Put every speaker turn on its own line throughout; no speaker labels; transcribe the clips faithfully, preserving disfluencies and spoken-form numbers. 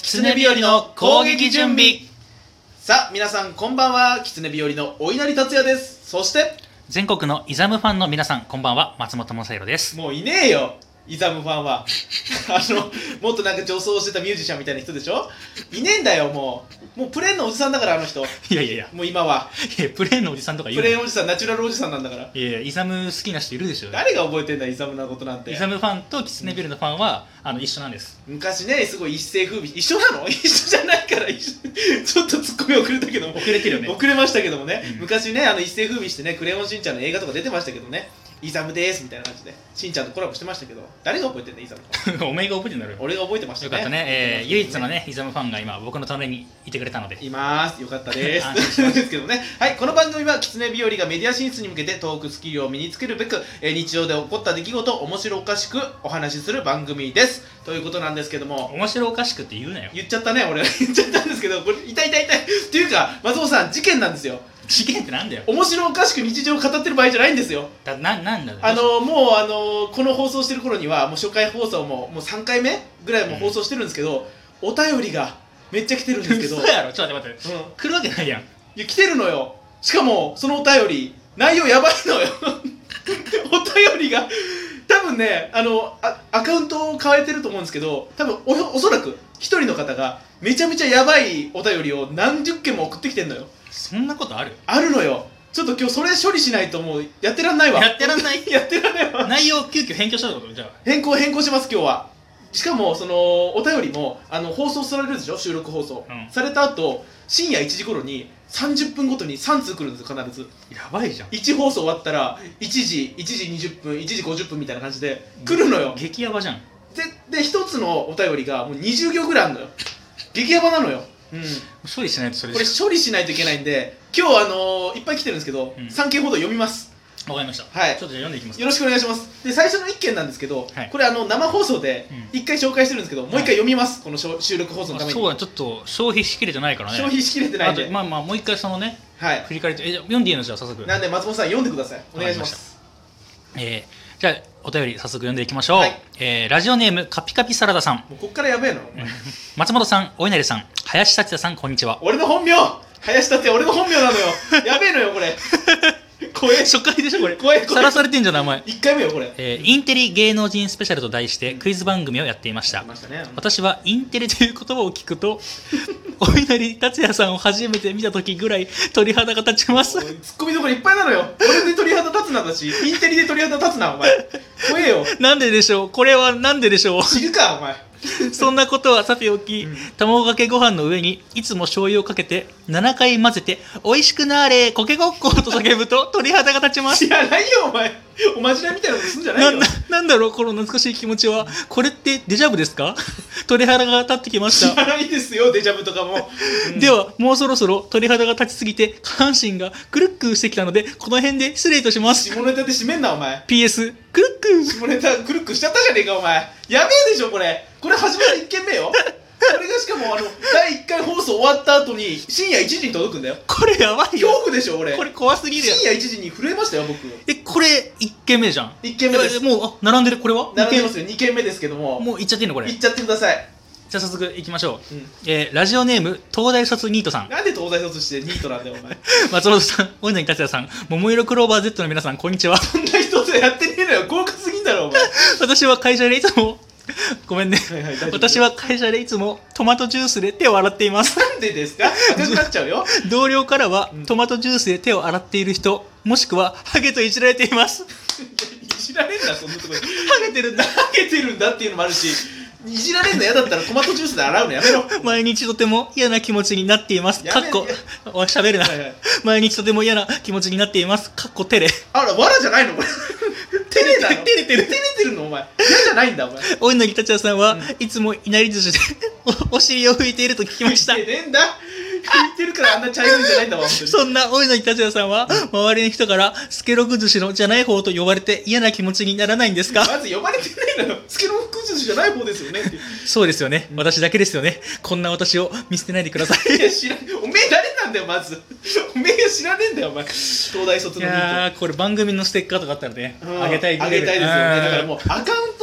狐日和の攻撃準備。
さあ皆さんこんばんは。狐日和のお稲荷達也です。そして
全国のイザムファンの皆さんこんばんは、松本正宏です。
もういねえよイザムファンはあのもっとなんか女装してたミュージシャンみたいな人でしょ。いねえんだよ。もうもうプレーンのおじさんだからあの人。
いやいやいや、
もう今はい
やプレーンのおじさんとか言う
プレーンおじさん、ナチュラルおじさんなんだから。
いやいや、イザム好きな人いるでしょ。
誰が覚えてんだイザムなことなんて。
イザムファンとキツネビルのファンはあの一緒なんです。
昔ね、すごい一世風靡。一緒なの？一緒じゃないから一緒ちょっとツッコミ遅れたけども。
遅れてるよね。
遅れましたけどもね、
うん、
昔ね、あの一世風靡してね、クレヨンしんちゃんの映画とか出てましたけどね、イザムですみたいな感じでしんちゃんとコラボしてましたけど、誰が覚えてんだイザム
おめえが覚えてんだろ。
俺が覚えてましたね。
よかったね、えー、唯一のねイザムファンが今僕の隣にいてくれたので
います。よかったですですけどね。はい、この番組は狐日和がメディア進出に向けてトークスキルを身につけるべく、えー、日常で起こった出来事を面白おかしくお話しする番組ですということなんですけども。
面白おかしくって言うなよ。
言っちゃったね、俺言っちゃったんですけど、これ痛い痛い痛いっていうか松本さん、事件なんですよ。
事件ってなんだよ。
面白おかしく日常を語ってる場合じゃないんですよ。
だななんだよ。
あのもうあのこの放送してる頃にはもう初回放送ももうさんかいめぐらいも放送してるんですけど、うん、お便りがめっちゃ来てるんですけど。
嘘やろ。ちょっと待って待って、うん、来るわけないやん。
いや来てるのよ。しかもそのお便り内容やばいのよお便りが多分ね、あのあアカウントを変えてると思うんですけど、多分 お, おそらくひとりの方がめちゃめちゃやばいお便りを何十件も送ってきてんのよ。
そんなことある？あ
るのよ。ちょっと今日それ処理しないともうやってらんないわ。
やってらんない
やってらんないわ。
内容急遽変更したってこと？じゃあ
変更変更します今日は。しかもそのお便りもあの放送されるでしょ、収録放送、うん、された後深夜いちじ頃にさんじゅっぷんごとにさん通来るんですよ必ず。
やばいじゃん。
いち放送終わったらいちじいちじにじゅっぷんいちじごじゅっぷんみたいな感じで来るのよ。
激ヤバじゃん。
ででひとつのお便りがもうにじゅう行ぐらいあるのよ。激ヤバなのよ。うん、
処理しないとそれ
これ処理しないといけないんで、今日あのー、いっぱい来てるんですけど、うん、さんけんほど読みます。
わかりました。
はい、
ちょっとじゃあ読んでいきます。
よろしくお願いします。で最初のいっけんなんですけど、はい、これあの生放送でいっかい紹介してるんですけど、うん、もういっかい読みます、はい、この収録放送のために。
そうだ、ちょっと消費しきれてないからね。
消費しきれてないんで、
まあまあもういっかいそのね、はい、振り返りと、え読んでいいの？じゃあ早速。
なんで松本さん読んでください。お願いします。
えー、じゃあお便り早速読んでいきましょう。はい、えー、ラジオネームカピカピサラダさん。
もうこっからやべえの
松本さん、お稲荷さん、林達也さん、こんにちは。
俺の本名林達也、俺の本名なのよやべえのよこれ怖え。
初回でしょこれ。
怖え怖え。
さらされてんじゃん名前。
いっかいめよこれ。
えー、インテリ芸能人スペシャルと題してクイズ番組をやっていました。ましたね、私はインテリという言葉を聞くとお稲荷達也さんを初めて見た時ぐらい鳥肌が立ちます。
ツッコミどころいっぱいなのよ。俺で鳥肌立つなんだし、インテリで鳥肌立つなお前。怖えよ。
なんででしょう、これはなんででしょう。
知るかお前
そんなことはさておき、うん、卵かけご飯の上にいつも醤油をかけてななかい混ぜて美味しくなーれコケごっこと叫ぶと鳥肌が立ちます。
知らないよお前。おまじないみたいなことすんじゃないよ。
な, な, なんだろうこの懐かしい気持ちは。これってデジャブですか？鳥肌が立ってきました。
知らないですよデジャブとかも、
うん、ではもうそろそろ鳥肌が立ちすぎて下半身がクルックしてきたのでこの辺で失礼いたします。
下ネタで締めんなお前。
ピーエス クルック。
下ネタクルックしちゃったじゃねえかお前。やべえでしょこれ。これ初めていっけんめよこれがしかもあのだいいっかい放送終わった後に深夜いちじに届くんだよ。
これやばいよ。
恐怖でしょ俺。
これ怖すぎるよ。
深夜いちじに震えましたよ僕。
えこれいっけんめじゃん。
いっけんめです。
もうあ並んでる。これは
並んでますよ。にけんめですけども、
もういっちゃっていいのこれ。
いっちゃってください。
じゃあ早速いきましょう、うん、えー、ラジオネーム東大卒ニートさん。
なんで東大卒してニートなんだよお前
松本さん、お稲荷達也さん、桃色クローバー Z の皆さんこんにちは。
そんな人でやってねえのよ。豪華すぎんだろお前
私は会社でいつもごめんね、はいはい、私は会社でいつもトマトジュースで手を洗っています。
なんでですか？赤くなっちゃうよ
同僚からは、うん、トマトジュースで手を洗っている人もしくはハゲといじられています
いじられんなそんなところで。
ハゲてるんだ
ハゲてるんだっていうのもあるし、いじられんの嫌だったらトマトジュースで洗うのやめろ。
毎日とても嫌な気持ちになっています。かっこおしゃべるな、はいはい、毎日とても嫌な気持ちになっています。かっこテレ。
あらわらじゃないのこれテレだろ。
テレてる
テレてるのお前。嫌じゃないんだお前。
お稲荷達也さんは、うん、いつもいなり寿司でお, お尻を拭いていると聞きました。
拭いてねえんだ。拭いてるからあんな茶色いんじゃないんだわ。
そんなお稲荷達也さんは、うん、周りの人からスケロク寿司のじゃない方と呼ばれて嫌な気持ちにならないんですか？
まず呼ばれてないのよ。スケロク寿司じゃない方ですよねって。
そうですよね、うん、私だけですよね。こんな私を見捨てないでください。
いや知らん。おめえ誰なんだよまず。おめえ知らねえんだよお前。東大卒の。
いやーこれ番組のステッカーとかあったらね、
あげたいあげたいですよね。だからもうアカウント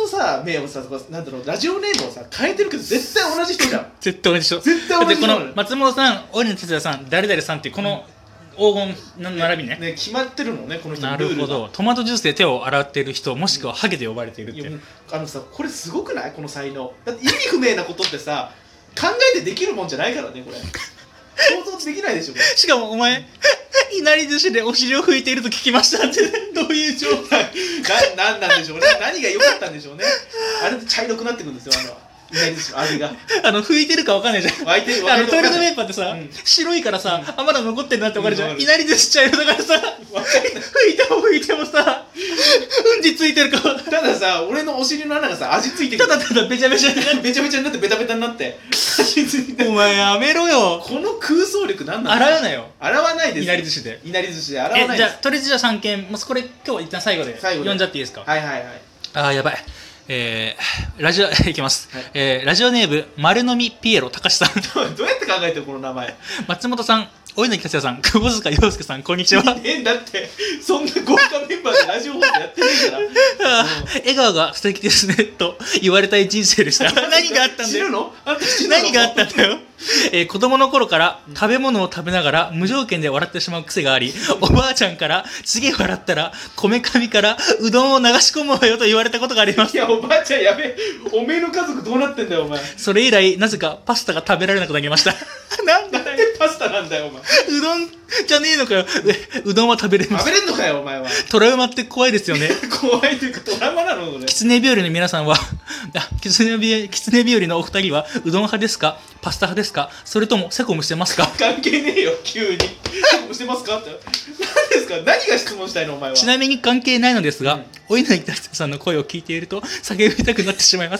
のさ名をさなんだろうラジオネームをさ変えてるけど絶対同じ人じゃん
絶対同じ人。
絶対同じ人
だってこの松本さん、大根哲也さん、誰々さんっていうこの黄金の並びね。
ね決まってるのねこの人の
な
ルールが。
るほど。トマトジュースで手を洗っている人、もしくはハゲで呼ばれているっていう。
いやあのさこれすごくないこの才能。だって意味不明なことってさ考えてできるもんじゃないからねこれ。想像できないでしょこれ。
しかもお前、いなり寿司でお尻を拭いていると聞きましたって、どういう状態
ななんなんでしょうね。何が良かったんでしょうね。あれで茶色くなってくるんですよあのいなり寿司の味が。
あの、拭いてるか分かんないじゃん。
湧いてる
あの、トイレットペ
ー
ーパーってさ、
うん
白いからさ、あ、まだ残ってるなって分かるじゃん。
うん
いなり寿司茶色だからさ、
わかる
拭いても拭いてもさ、うんちついてるか。
たださ俺のお尻の穴がさ味ついてくる。
ただただべちゃべちゃになって。
べちゃべちゃになってベタベタになって味ついて
お前やめろよ。
この空想力なんなん
洗うなよ。
洗わないです
いなり寿司で。
いなり寿司で洗わ
え、
ないです。
じゃあ、とりあえずじゃあさんけん、もうこれ今日は一旦最後で
最後で
読んじゃっていいですか。
はいはいはい
あー、やばい。えー、ラジオ、いきます。
はい
えー、ラジオネーム、丸飲みピエロたかしさん。
どうやって考えてるこの名前。
松本さん、大柳達也さん、久保塚洋介さん、こんにちは。
えだってそんな豪華メンバーでラジオ放送やってないから
あー笑顔が素敵ですね、と言われたい人生でした。何があったんだよ。
知るのあんた知るの
何があったんだよ。えー子供の頃から食べ物を食べながら無条件で笑ってしまう癖があり、おばあちゃんから次笑ったらこめかみからうどんを流し込むわよと言われたことがあります
い。やおばあちゃんやべえおめえの家族どうなってんだよお前。
それ以来なぜかパスタが食べられなくなりました。なんで
なんでパスタなんだよお前。
うどんじゃねえのかよ。えうどんは食べれます。
食べれんのかよお前は。
トラウマって怖いですよね。
怖いというかトラウマなのそれ。
狐日和の皆さんは、あ、狐日狐日和のお二人はうどん派ですか、パスタ派ですか、それともセコムしてますか。
関係ねえよ急にしてますかって何ですか。何が質問したいのお前は。
ちなみに関係ないのですが、
うん
お稲荷達也さんの声を聞いていると叫びたくなってしまいます。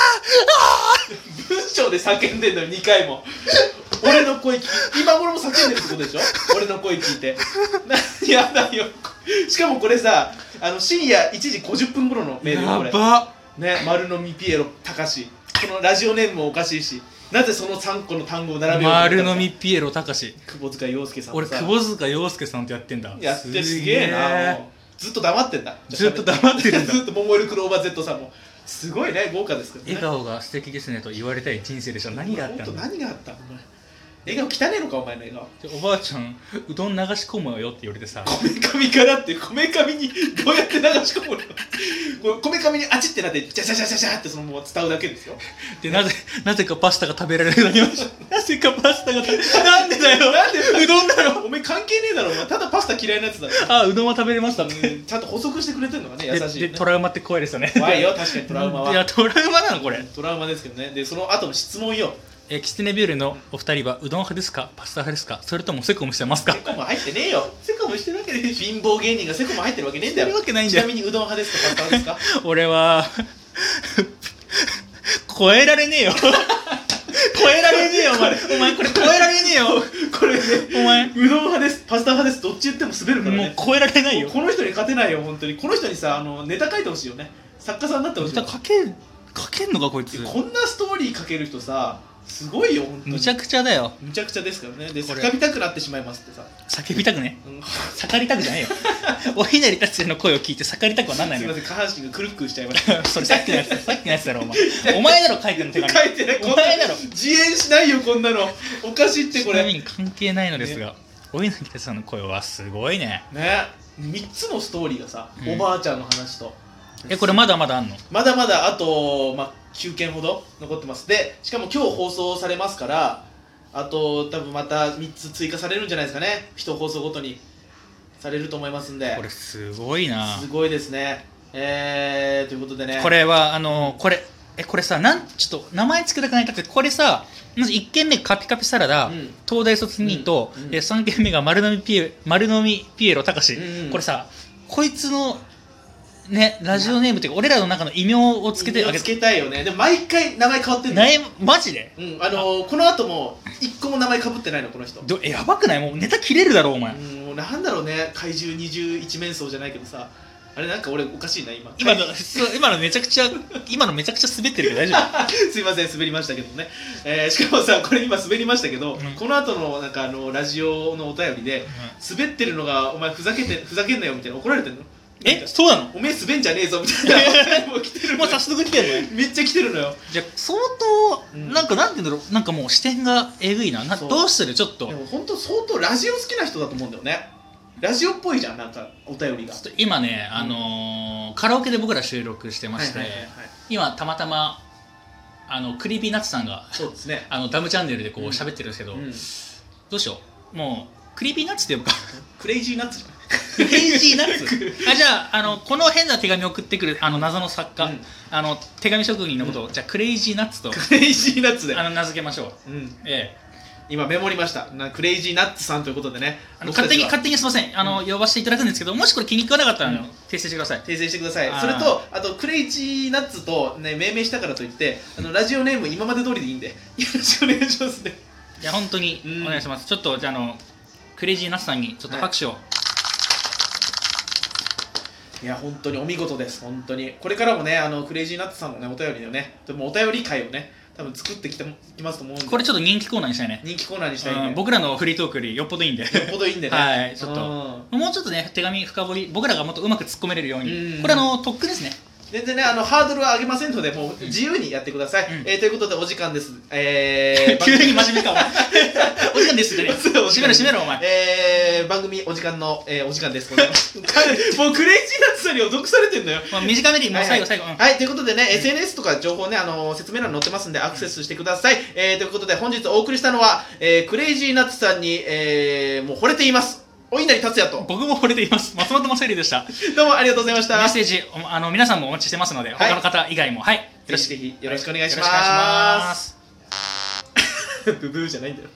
文章で叫んでんのよにかいも。俺の声聞い今頃も叫んでるってことでしょ。俺の声聞いてなやだよ。しかもこれさあの深夜いちじごじゅっぷん頃のメールよこれ
やば
ね。丸飲みピエロたかし、このラジオネームもおかしいし、なぜそのさんこの単語を並べようと思ったのか。
丸飲みピエロたかし。
久保塚洋介さんとさ
俺久保塚洋介さんとやってんだ。
やってすげえな。もうずっと黙ってんだ。
ずっと黙ってるんだ
ずっとモンゴルクローバー Z さんもすごいね豪華ですけどね。
笑顔が素敵ですねと言われたい人生でしょ。何があった
ほんと
の。
何があったのお前。笑顔汚ねえのかお前の笑顔。
でおばあちゃんうどん流し込むわよって言われてさ、
こめかみからってこめかみにどうやって流し込むの。これこめかみにあちってなってジャジャジャジャジャってそのまま伝うだけですよ。
でなぜなぜかパスタが食べられなくなりました。なぜかパスタが食べなんでだよ。
なんで
うどんだろ。
お前関係ねえだろお前。ただパスタ嫌いなやつだろ。
あうどんは食べれましたって。
うんちゃんと補足してくれてるのがね優しい、ね、
ででトラウマって怖いですよね。
怖いよ確かにトラウマはい
やトラウマなのこれ。
トラウマですけどね。でその後の質問よ。
えキツネビュールのお二人はうどん派ですか、パスタ派ですか、それともセコムしてますか。
セコム入ってねえよ。セコムしてるわけねえ。貧乏芸人がセコム入ってるわけねえんだよ。
してるわけないんだよ
ちなみにうどん派ですかパスタ派ですか。
俺は超えられねえよ。超えられねえよお前。お前これ超えられねえよ。
これね
お前
うどん派ですパスタ派ですどっち言っても滑るからね。
もう超えられないよ。
この人に勝てないよ本当に。この人にさあのネタ書いてほしいよね。作家さんになってほしいよ。
かけかけんのかこいつ。
こんなストーリー書ける人さすごいよ本当に。
むちゃくちゃだよ。
むちゃくちゃですからね。で
これ
叫びたくなってしまいますってさ、
叫びたくね。
うん
盛りたくじゃないよ。お稲荷達也の声を聞いて盛りたくはなんないのよ。
すいません下半身がクルックルしちゃいました。
それさっきのやつさっきのやつだろお前。お前だろ書いてるの手紙。
書いてないこんな
お前だろ。
自演しないよこんなの。おかしいってこれ
ちなみに関係ないのですが、お稲荷達也の声はすごいね。
ね。みっつのストーリーがさ、
うん
おばあちゃんの話と
えこれまだまだあんの。
まだまだあと、まあ、きゅうけんほど残ってます。でしかも今日放送されますからあと多分またみっつ追加されるんじゃないですかね。いち放送ごとにされると思いますんで
これすごいな。
すごいですね。えー、ということでね
これはあのこれえこれさなんちょっと名前つけたくない。だってこれさまずいっけんめカピカピサラダ、
うん
東大卒にと、
うんうん
えさんけんめが丸飲みピエ丸飲みピエロたかし、
うんうん
これさこいつのねラジオネームっていうか俺らの中の異名をつけてあげ
つけたいよね。でも毎回名前変わってんの。
ないマジで。
うん、あのー、この後もいっこも名前かぶってないのこの人。
どえやばくない。もうネタ切れるだろお前。
うんもうなんだろうね。怪獣二十一面相じゃないけどさあれなんか俺おかしいな今
今のそう今のめちゃくちゃ今のめちゃくちゃ滑ってるけど大丈夫。
すいません滑りましたけどね、えー、しかもさこれ今滑りましたけど、
うん
この後のなんかあのラジオのお便りで滑ってるのがお前ふざけてふざけんなよみたいな怒られてるの。
え、そうなの？
おめえ滑んじゃねえぞみたいなもう来てるのよ。
もう早速来てるの？
めっちゃ来てるのよ。
じゃあ相当、
うん、
なんかなんていうんだろう、なんかもう視点がえぐいな。などうするちょっと。
でも本当相当ラジオ好きな人だと思うんだよね。ラジオっぽいじゃん、なんかお便りが。
今ね、あのー、カラオケで僕ら収録してまして、今たまたまあのクリーピーナッツさんが
そうですね、
あのダムチャンネルでこう
うん
喋ってるんですけど、
うん、
どうしよう、もうクリーピーナッツって呼ぶか。
クレイジーナッツじゃん。
クレイジーナッツあ、じゃあ、あのこの変な手紙を送ってくるあの謎の作家、うん、あの手紙職人のことを、うん、じゃあクレイジーナッツと
クレイジーナッツで
あの名付けましょう。
うん、
ええ、
今メモりました。なクレイジーナッツさんということでね、
あの勝手に勝手にすみません、あの、うん、呼ばせていただくんですけど、もしこれ気に食わなかったら、うん、訂正してください。
訂正してください。それとあとクレイジーナッツと、ね、命名したからといってあのラジオネーム今まで通りでいいんでよろしくお願いしますね。
いや本当にお願いします。うん、ちょっとじゃあ、あのクレイジーナッツさんにちょっと拍手を、はい、
いや本当にお見事です。本当にこれからもね、あのクレイジーナッツさんのねお便りのね、でもお便り会をね多分作ってきてきますと思うんで、
これちょっと人気コーナーにしたいね。
人気コーナーにしたいね。
僕らのフリートークよりよっぽどいいんで。よ
っぽどいいんでね。
はい、ちょっともうちょっとね手紙深掘り、僕らがもっとうまく突っ込めれるように、これあの特訓ですね。
全然ね、あのハードルは上げませんので、もう自由にやってください。うん、えー、ということでお時間です。えー、
急に真面目かお前。お時間ですってね。閉めろ閉めろお前。
えー、番組お時間の、えー、お時間です。もうクレイジーナッツさんにお得されてんのよ。
まあ短めでいい、もう最後最後。
はい、ということでね、エスエヌエス とか情報ね、あの説明欄に載ってますんでアクセスしてください。えー、ということで本日お送りしたのは、えー、クレイジーナッツさんに、えー、もう惚れています。お稲荷達也と
僕も惚れています松本正理でした。
どうもありがとうございました。
メッセージあの皆さんもお待ちしてますので、はい、他の方以外もはい、
ぜひぜひよろしくお願いします。
よろしくお願いします。
ブブーじゃないんだよ。